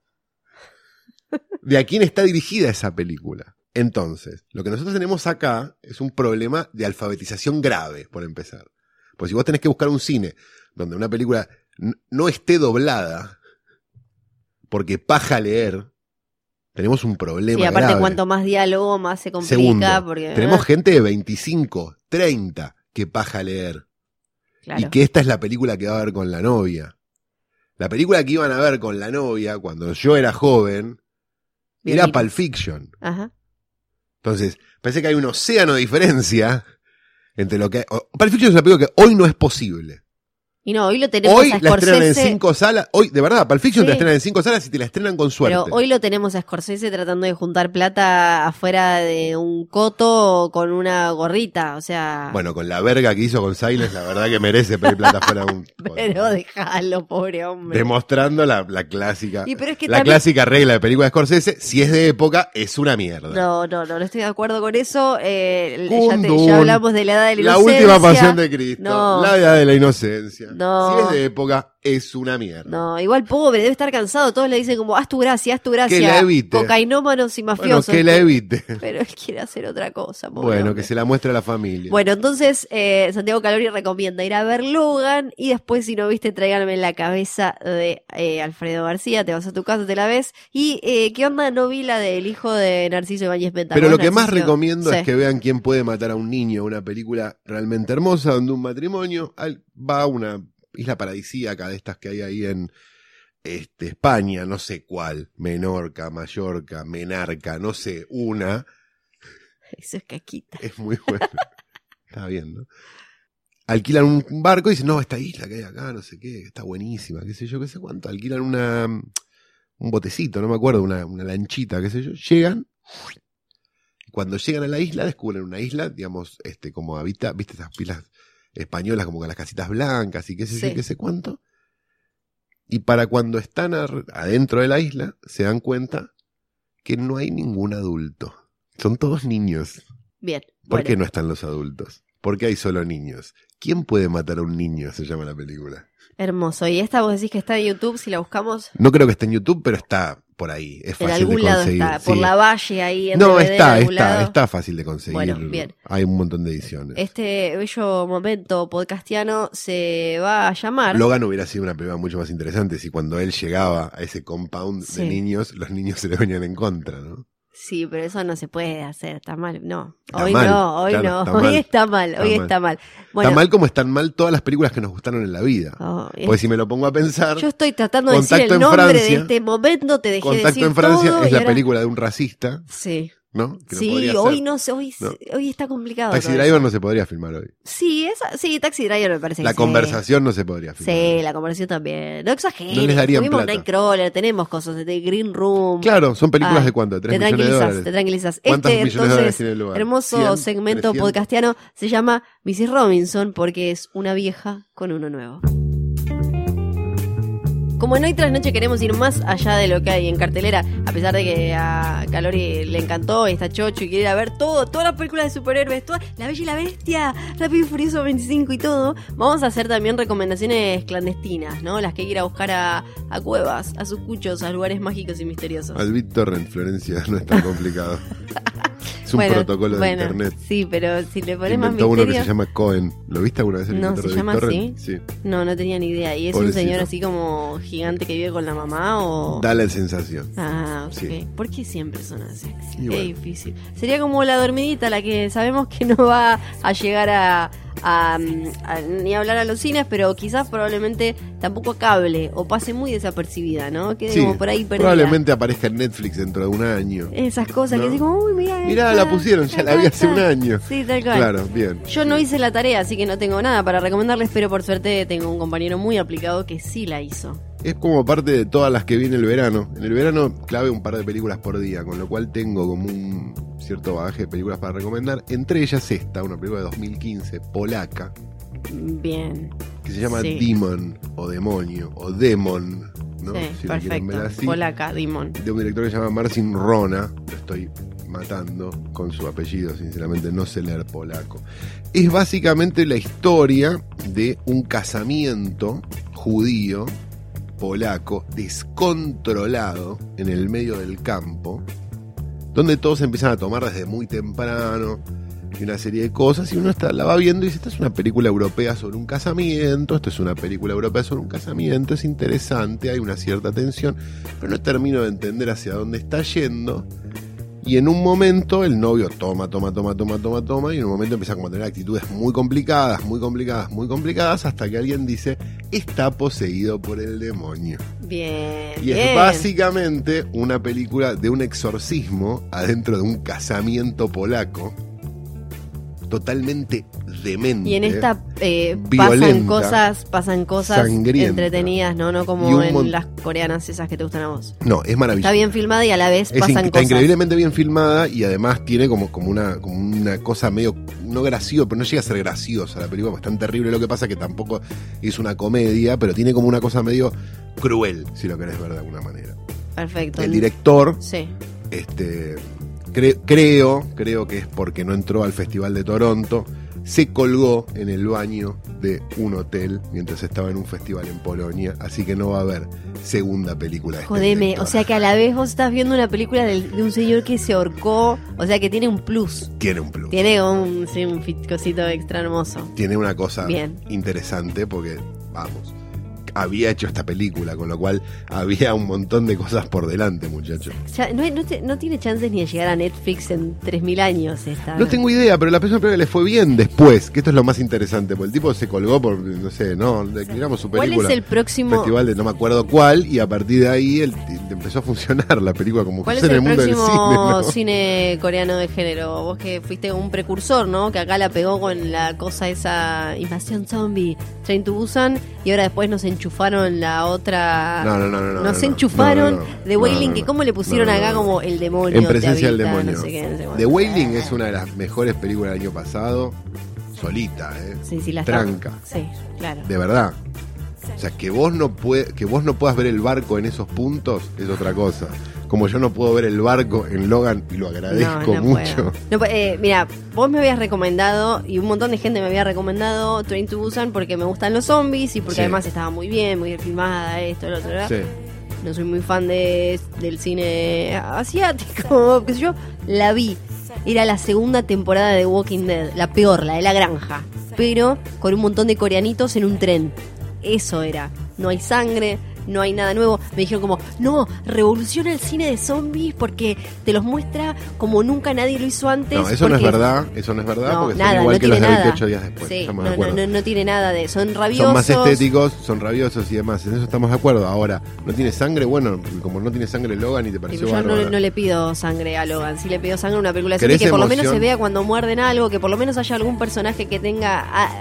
de a quién está dirigida esa película. Entonces, lo que nosotros tenemos acá es un problema de alfabetización grave, por empezar. Pues si vos tenés que buscar un cine donde una película no esté doblada porque paja leer, tenemos un problema. Sí, aparte grave. Cuanto más diálogo, más se complica. Segundo, porque tenemos gente de 25, 30 que paja leer. Claro. Y que esta es la película que va a ver con la novia. La película que iban a ver con la novia cuando yo era joven era Pulp Fiction. Ajá. Entonces, parece que hay un océano de diferencia entre lo que... Pulp Fiction es una película que hoy no es posible. Y no, hoy lo tenemos hoy a la Scorsese. estrenan en 5 salas. Hoy, de verdad, Pulp Fiction te la estrenan en 5 salas y te la estrenan con suerte. Pero hoy lo tenemos a Scorsese tratando de juntar plata afuera de un coto con una gorrita, o sea... Bueno, con la verga que hizo con Silence, la verdad que merece pedir plata afuera de un coto. Pero déjalo, pobre hombre. Demostrando la clásica... Pero es que la clásica regla de película de Scorsese, si es de época, es una mierda. No estoy de acuerdo con eso. Ya hablamos de la edad de la inocencia. La última pasión de Cristo, la edad de la inocencia. Si es de época, es una mierda. No, igual pobre, debe estar cansado. Todos le dicen como, haz tu gracia. Que la evite. Cocainómanos y mafiosos. Bueno, que la evite. Pero él quiere hacer otra cosa. Bueno, hombre. Que se la muestre a la familia. Bueno, entonces Santiago Calori recomienda ir a ver Logan y después, si no viste, tráiganme la cabeza de Alfredo García. Te vas a tu casa, te la ves. Y ¿qué onda? No vi la del hijo de Narciso Ibáñez Menta. Pero lo que más recomiendo es que vean Quién puede matar a un niño. Una película realmente hermosa donde un matrimonio va a una isla paradisíaca de estas que hay ahí en España, no sé cuál, Menorca, Mallorca, Menarca, no sé, una. Eso es caquita. Es muy bueno. Está bien, ¿no? Alquilan un barco y dicen, no, esta isla que hay acá, no sé qué, está buenísima, qué sé yo, qué sé cuánto. Alquilan un botecito, no me acuerdo, una lanchita, qué sé yo. Llegan. Cuando llegan a la isla, descubren una isla, digamos, como habita, viste esas pilas españolas como con las casitas blancas y qué sé yo, qué sé cuánto. Y para cuando están adentro de la isla, se dan cuenta que no hay ningún adulto. Son todos niños. Bien. ¿Por qué no están los adultos? ¿Por qué hay solo niños? ¿Quién puede matar a un niño? Se llama la película. Hermoso. ¿Y esta vos decís que está en YouTube si la buscamos? No creo que esté en YouTube, pero está por ahí. Es fácil de conseguir. En algún lado está, por la valle ahí en No, DVD, está fácil de conseguir. Bueno, bien. Hay un montón de ediciones. Este bello momento podcastiano se va a llamar... Logan hubiera sido una película mucho más interesante si cuando él llegaba a ese compound de niños, los niños se le venían en contra, ¿no? Sí, pero eso no se puede hacer, está mal, no. Hoy está mal. Bueno, está mal como están mal todas las películas que nos gustaron en la vida. Porque si me lo pongo a pensar... Yo estoy tratando de decir el nombre de este momento, te dejé Contacto decir en Francia todo es la película de un racista. Sí. ¿no? Que no Sí, podría hoy ser. no sé, hoy está complicado. Taxi todo Driver eso. no se podría filmar hoy. Sí, Taxi Driver me parece La que conversación no se podría filmar. Sí, la conversación también. No exageres. No les darían Tuvimos plata. Nightcrawler, tenemos cosas de Green Room. Claro, son películas Ay, de cuánto, de 3 te millones de tranquilizas, dólares. te tranquilizas. ¿Cuántos millones de dólares Entonces, tiene el lugar? hermoso 100, segmento 300. podcastiano se llama Mrs. Robinson porque es una vieja con uno nuevo. Como en Hoy Tras Noche queremos ir más allá de lo que hay en cartelera, a pesar de que a Calori le encantó, está chocho y quiere ir a ver todas las películas de superhéroes, toda La Bella y la Bestia, Rápido y Furioso 25 y todo, vamos a hacer también recomendaciones clandestinas, ¿no? Las que hay que ir a buscar a cuevas, a sucuchos, a lugares mágicos y misteriosos. Al Víctor en Florencia no es tan complicado. Es un protocolo de internet. Sí, pero si le pones más Inventó uno misterio... que se llama Cohen. ¿Lo viste alguna vez el No, inventor ¿se de llama BitTorrent? así? Sí. No tenía ni idea. ¿Y es Pobrecito. un señor así como gigante que vive con la mamá o...? Da la sensación. Ah, ok. Sí. ¿Por qué siempre son así? Y Qué bueno. difícil. Sería como la dormidita, la que sabemos que no va a llegar a ni hablar a los cines, pero quizás probablemente tampoco a cable o pase muy desapercibida, ¿no? Quede Sí, como por ahí perdida. probablemente aparezca en Netflix dentro de un año. Esas cosas ¿no? que digo, uy, mira. Mirá, esta, la pusieron, ya la acá vi hace está. un año. Sí, tal cual. Claro, bien. Yo no hice la tarea, así que no tengo nada para recomendarles, pero por suerte tengo un compañero muy aplicado que sí la hizo. Es como parte de todas las que vi en el verano. En el verano clave un par de películas por día, con lo cual tengo como un cierto bagaje de películas para recomendar. Entre ellas esta, una película de 2015, polaca, Bien. que se llama Sí. Demon, o Demonio, o Demon, ¿no? Sí, Si la quieren ver perfecto. así. Polaca, Dimon. De un director que se llama Marcin Rona. Lo estoy matando con su apellido, sinceramente no sé leer polaco. Es básicamente la historia de un casamiento judío polaco descontrolado en el medio del campo, donde todos empiezan a tomar desde muy temprano y una serie de cosas, y uno la va viendo y dice, esta es una película europea sobre un casamiento, esto es una película europea sobre un casamiento, es interesante, hay una cierta tensión, pero no termino de entender hacia dónde está yendo. Y en un momento el novio toma, y en un momento empieza como a tener actitudes muy complicadas, hasta que alguien dice, está poseído por el demonio. Bien. Y bien. es básicamente una película de un exorcismo adentro de un casamiento polaco, totalmente demente. Y en esta violenta, pasan cosas sangrienta. entretenidas, ¿no? No Y como un en las coreanas esas que te gustan a vos. No, es maravilloso. Está bien filmada y a la vez pasan Está cosas. increíblemente bien filmada y además tiene como una cosa medio, no graciosa, pero no llega a ser graciosa la película, porque es tan terrible lo que pasa que tampoco es una comedia, pero tiene como una cosa medio cruel, si lo querés ver de alguna manera. Perfecto. El director, Sí. creo que es porque no entró al Festival de Toronto, se colgó en el baño de un hotel mientras estaba en un festival en Polonia, así que no va a haber segunda película de este Jodeme, director. o sea que a la vez vos estás viendo una película de un señor que se ahorcó, o sea que tiene un plus. Tiene un plus. Tiene un cosito extra hermoso. Tiene una cosa Bien. interesante porque, vamos, había hecho esta película, con lo cual había un montón de cosas por delante, muchacho. Ya, no tiene chances ni de llegar a Netflix en 3000 años esta. No tengo idea, pero la persona que le fue bien después, que esto es lo más interesante, porque el tipo se colgó por, no sé, no, le tiramos su película. ¿Cuál es el próximo? Festival de no me acuerdo cuál, y a partir de ahí empezó a funcionar la película como ¿Cuál es en el el mundo del próximo cine, ¿no? cine coreano de género? Vos que fuiste un precursor, ¿no? Que acá la pegó con la cosa esa Invasión Zombie, Train to Busan, y ahora después nos enchufaron la otra. No. Nos enchufaron The Wailing, no, que cómo le pusieron no, acá no. como el demonio. En presencia del te habita, demonio. no sé qué, no sé cuánto. The Wailing es una de las mejores películas del año pasado, solita, Sí, la tranca. Sí, claro. De verdad. O sea, que vos no puedas ver el barco en esos puntos es otra cosa. Como yo no puedo ver el barco en Logan y lo agradezco No mucho. Mira, vos me habías recomendado y un montón de gente me había recomendado Train to Busan porque me gustan los zombies y porque Sí. además estaba muy bien filmada, esto, lo otro, ¿verdad? Sí. No soy muy fan del cine asiático, qué sé yo. La vi. Era la segunda temporada de Walking Dead, la peor, la de la granja, pero con un montón de coreanitos en un tren. Eso era. No hay sangre, no hay nada nuevo. Me dijeron como, no, revoluciona el cine de zombies porque te los muestra como nunca nadie lo hizo antes. No, eso no es verdad, no, porque nada, son igual no que los de tiene nada. 28 días después. Sí, Estamos de acuerdo. no tiene nada de... Son rabiosos. Son más estéticos, son rabiosos y demás. En eso estamos de acuerdo. Ahora, ¿no tiene sangre? Bueno, como no tiene sangre Logan y te pareció Yo bárbara. no le pido sangre a Logan, sí le pido sangre a una película de ¿Querés zombie que por lo menos emoción? se vea cuando muerden algo, que por lo menos haya algún personaje que tenga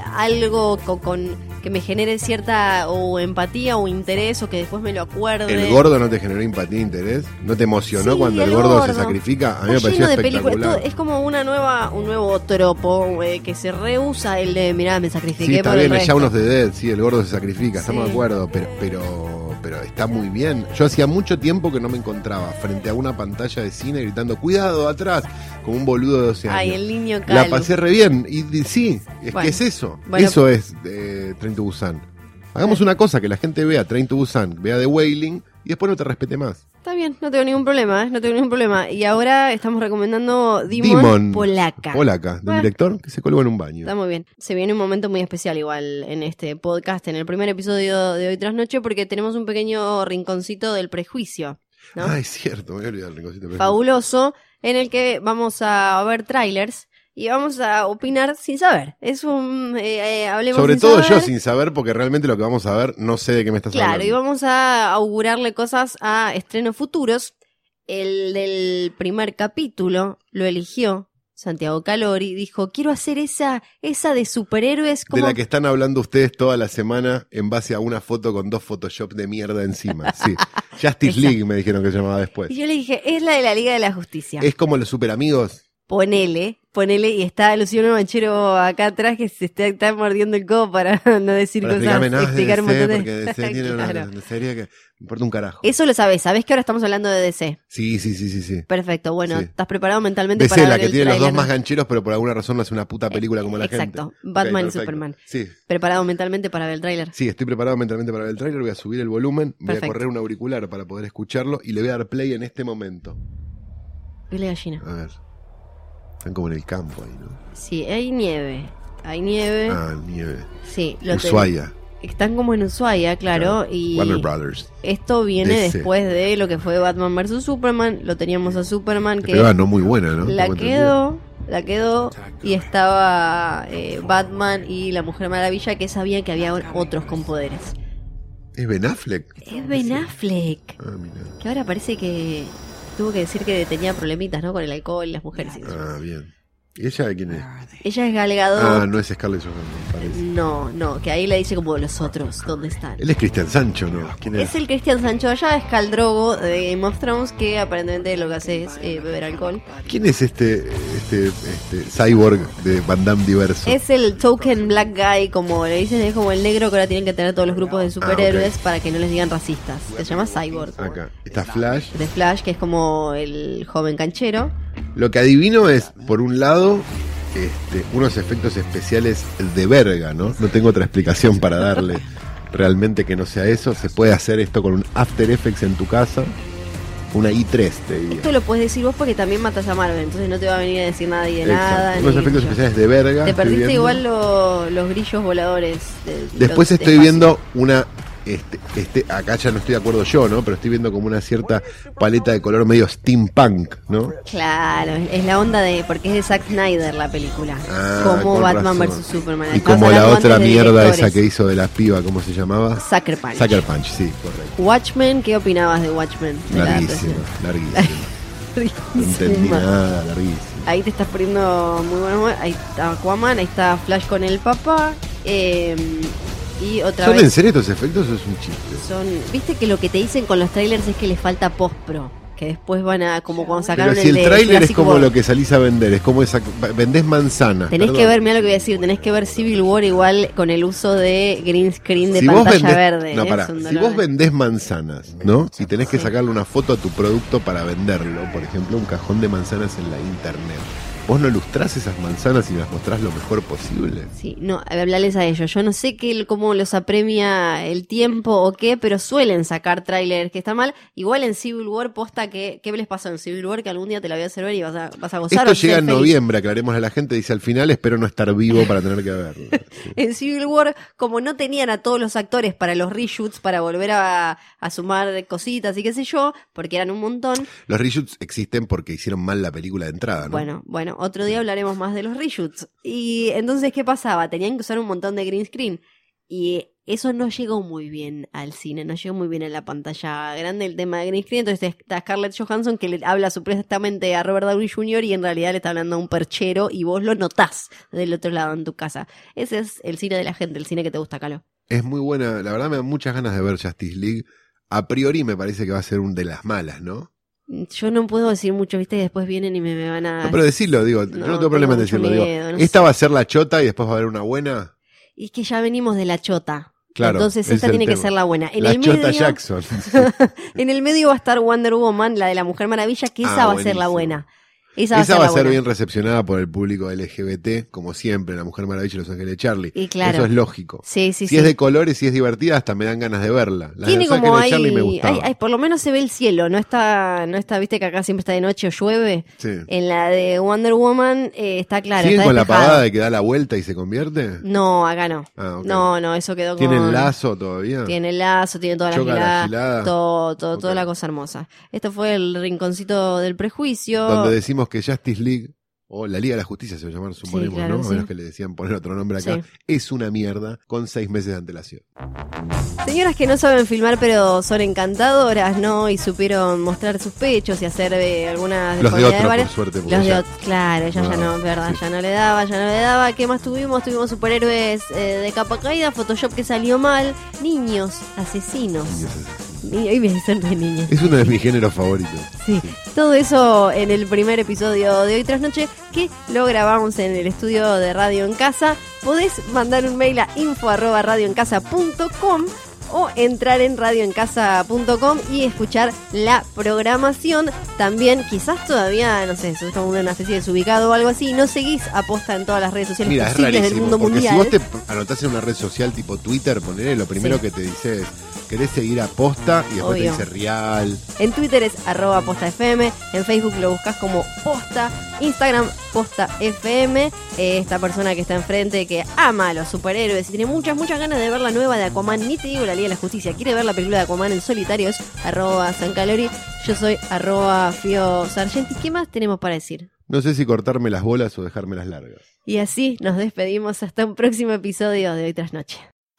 algo que me genere cierta o empatía o interés o que después me lo acuerde. ¿El gordo no te generó empatía e interés? ¿No te emocionó Sí, cuando el gordo se sacrifica? A mí me pareció espectacular. Es como un nuevo tropo que se reusa el de, mirá, me sacrifiqué Sí, está por bien, el es ya resto. unos de Dead, sí, el gordo se sacrifica, estamos Sí. de acuerdo, pero está muy bien. Yo hacía mucho tiempo que no me encontraba frente a una pantalla de cine gritando, cuidado, atrás, como un boludo de 12 años. Ay, el niño Calu. La pasé re bien, y sí, es Bueno, que es eso, bueno. eso es Train to Busan. Hagamos una cosa, que la gente vea Train to Busan, vea The Wailing, y después no te respete más. Está bien, no tengo ningún problema, no tengo ningún problema. Y ahora estamos recomendando Demon Polaca. Polaca, de un Ah. director que se colgó en un baño. Está muy bien. Se viene un momento muy especial igual en este podcast, en el primer episodio de Hoy Tras Noche, porque tenemos un pequeño rinconcito del prejuicio, ¿no? Ah, es cierto, me voy a olvidar el rinconcito. Fabuloso, en el que vamos a ver trailers y vamos a opinar sin saber. Es un... hablemos Sobre sin todo saber. yo sin saber, porque realmente lo que vamos a ver no sé de qué me estás Claro, hablando. y vamos a augurarle cosas a estrenos futuros. El del primer capítulo lo eligió Santiago Calori, dijo, quiero hacer esa de superhéroes De como... la que están hablando ustedes toda la semana en base a una foto con 2 Photoshop de mierda encima. Sí. Justice League me dijeron que se llamaba después. Y yo le dije, es la de la Liga de la Justicia. Es como los super amigos. Ponele, y está Luciano Manchero acá atrás que se está mordiendo el codo para no decir Para cosas, explicarme nada de explicar un DC, montón de... porque DC tiene Claro. una serie que me importa un carajo. Eso lo sabés que ahora estamos hablando de DC. Sí. Perfecto, bueno, Sí. ¿estás preparado mentalmente DC, para la ver que el tiene los dos tráiler? más gancheros, pero por alguna razón no hace una puta película como la gente. Exacto, Batman y perfecto. Superman. Sí. ¿Preparado mentalmente para ver el tráiler? Sí, estoy preparado mentalmente para ver el tráiler, voy a subir el volumen, voy Perfecto. a correr un auricular para poder escucharlo y le voy a dar play en este momento. Piel de gallina. A ver. Están como en el campo ahí, ¿no? Sí, hay nieve. Ah, nieve. Sí, Ushuaia. Están como en Ushuaia, claro, y Warner Brothers. esto viene DC. después de lo que fue Batman vs Superman. Lo teníamos a Superman que Pero no muy buena, ¿no? la Tengo entendido. quedó y estaba Batman y la Mujer Maravilla que sabían que había otros con poderes. ¿Es Ben Affleck? Es Ben Affleck, Ah, mira. que ahora parece que tuvo que decir que tenía problemitas, ¿no? Con el alcohol y las mujeres y eso. Ah, bien. ¿Y ella de quién es? Ella es Gal Gadot. Ah, no es Scarlett Johansson, parece. No, que ahí le dice como los otros, ¿dónde están? Él es Cristian Sancho, ¿no? ¿Quién es? Es el Cristian Sancho, allá es Khal Drogo de Game of Thrones, que aparentemente lo que hace es beber alcohol. ¿Quién es este cyborg de Van Damme diverso? Es el token black guy, como le dicen, es como el negro que ahora tienen que tener todos los grupos de superhéroes ok. para que no les digan racistas. Se llama Cyborg. Acá. Está Flash. De Flash, que es como el joven canchero. Lo que adivino es, por un lado, unos efectos especiales de verga, ¿no? No tengo otra explicación para darle realmente que no sea eso. Se puede hacer esto con un After Effects en tu casa. Una i3, te diría. Esto lo puedes decir vos porque también matas a Marvel, entonces no te va a venir a decir nadie de nada. Exacto. Unos ni efectos yo. especiales de verga. Te estoy perdiste viendo. igual los grillos voladores. Después los estoy espacios. viendo una acá ya no estoy de acuerdo yo, ¿no? Pero estoy viendo como una cierta paleta de color medio steampunk, ¿no? Claro, es la onda de... Porque es de Zack Snyder la película. Ah, Como con Batman razón. vs Superman. Y Estabas como la hablando otra antes de mierda directores. esa que hizo de la piba, ¿cómo se llamaba? Sucker Punch. Sucker Punch, sí, correcto. Watchmen, ¿qué opinabas de Watchmen? De la Larguísimo, adaptación. larguísimo. No entendí nada, larguísimo. Ahí te estás poniendo muy bueno. Ahí está Aquaman, ahí está Flash con el papá. Y otra ¿Son vez en serio estos efectos o es un chiste? son... Viste que lo que te dicen con los trailers es que les falta post-pro. Que después van a... Como cuando sacaron Pero si el de tráiler es Jurassic como World. lo que salís a vender, es como esa, vendés manzanas. Tenés perdón. que ver, mira lo que voy a decir, tenés que ver Civil War igual con el uso de green screen de Si vos pantalla vendés- verde. No, ¿eh? pará. Es un Si dolor vos de- vendés manzanas, ¿no? Y tenés que Sí. sacarle una foto a tu producto para venderlo, por ejemplo, un cajón de manzanas en la internet. ¿Vos no lustrás esas manzanas y las mostrás lo mejor posible? Sí, no, hablarles a ellos. Yo no sé cómo los apremia el tiempo o qué, pero suelen sacar trailers que están mal. Igual en Civil War, posta ¿qué les pasó en Civil War? Que algún día te la voy a hacer ver y vas a gozar. Esto llega en noviembre, aclaremos a la gente, dice al final, espero no estar vivo para tener que verlo. Sí. En Civil War, como no tenían a todos los actores para los reshoots, para volver a sumar cositas y qué sé yo, porque eran un montón. Los reshoots existen porque hicieron mal la película de entrada, ¿no? Bueno, otro día hablaremos más de los reshoots. Y entonces, ¿qué pasaba? Tenían que usar un montón de green screen. Y eso no llegó muy bien al cine, no llegó muy bien en la pantalla grande el tema de green screen. Entonces está Scarlett Johansson que le habla supuestamente a Robert Downey Jr. y en realidad le está hablando a un perchero y vos lo notás del otro lado en tu casa. Ese es el cine de la gente, el cine que te gusta, Calo. Es muy buena, la verdad me dan muchas ganas de ver Justice League. A priori me parece que va a ser un de las malas, ¿no? Yo no puedo decir mucho, viste, y después vienen y me van a... No, pero decirlo, digo, no tengo problema en decirlo. Miedo, digo, esta va a ser la chota y después va a haber una buena. Y es que ya venimos de la chota. Claro, entonces esta tiene que ser la buena. En la el chota medio, Jackson. En el medio va a estar Wonder Woman, la de la Mujer Maravilla, que esa va a ser la buena. Esa va a ser bien recepcionada por el público LGBT, como siempre, La Mujer Maravilla y Los Ángeles de Charlie. Y claro. Eso es lógico. Sí. Si es de colores, si es divertida, hasta me dan ganas de verla. La Tiene de Los como Ángeles de Charlie me gustaba. hay, por lo menos se ve el cielo, no está, viste que acá siempre está de noche o llueve. Sí. En la de Wonder Woman está claro. ¿Siguen está con la despejado. pavada de que da la vuelta y se convierte? No, acá no. Ah, okay. No, eso quedó con... ¿Tiene el lazo todavía? Tiene el lazo, tiene toda Choca la la gilada. toda la cosa hermosa. Esto fue el rinconcito del prejuicio. Donde decimos que Justice League, o la Liga de la Justicia se va a llamar, suponemos, claro, ¿no? A menos que le decían poner otro nombre acá. Sí. Es una mierda con 6 meses de antelación. Señoras que no saben filmar pero son encantadoras, ¿no? Y supieron mostrar sus pechos y hacer algunas Los de deformidades otro, varias. por suerte. porque Los de ya- otro, claro, ya no, verdad, sí. ya no le daba. ¿Qué más tuvimos? Tuvimos superhéroes de capa caída, Photoshop que salió mal, niños, asesinos. Hoy me dicen de niños. Es uno de mis géneros favoritos. Sí, todo eso en el primer episodio de Hoy Tras Noche, que lo grabamos en el estudio de Radio en Casa. Podés mandar un mail a info@radioencasa.com o entrar en radioencasa.com y escuchar la programación. También, quizás todavía, no sé, sos como una especie de desubicado o algo así, no seguís a Posta en todas las redes sociales Mira, es posibles del rarísimo, mundo porque mundial. si vos te anotás en una red social tipo Twitter, ponele, lo primero Sí. que te dice es, querés seguir a Posta, y después Obvio. te dice Real. En Twitter es @postafm, en Facebook lo buscas como Posta, Instagram postafm. Esta persona que está enfrente que ama a los superhéroes y tiene muchas ganas de ver la nueva de Aquaman, ni te digo la Liga de la Justicia, quiere ver la película de Aquaman en solitario, es @sancalori, yo soy @Fio Sargenti. ¿Qué más tenemos para decir? No sé si cortarme las bolas o dejármelas largas. Y así nos despedimos hasta un próximo episodio de Hoy Tras Noche.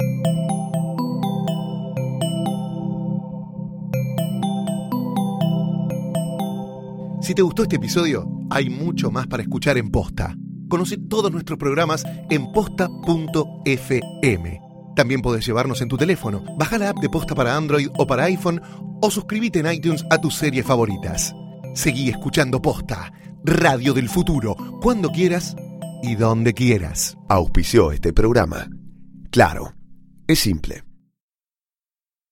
Si te gustó este episodio, hay mucho más para escuchar en Posta. Conoce todos nuestros programas en posta.fm. También podés llevarnos en tu teléfono. Baja la app de Posta para Android o para iPhone o suscríbete en iTunes a tus series favoritas. Seguí escuchando Posta, Radio del Futuro, cuando quieras y donde quieras. Auspició este programa. Claro, es simple.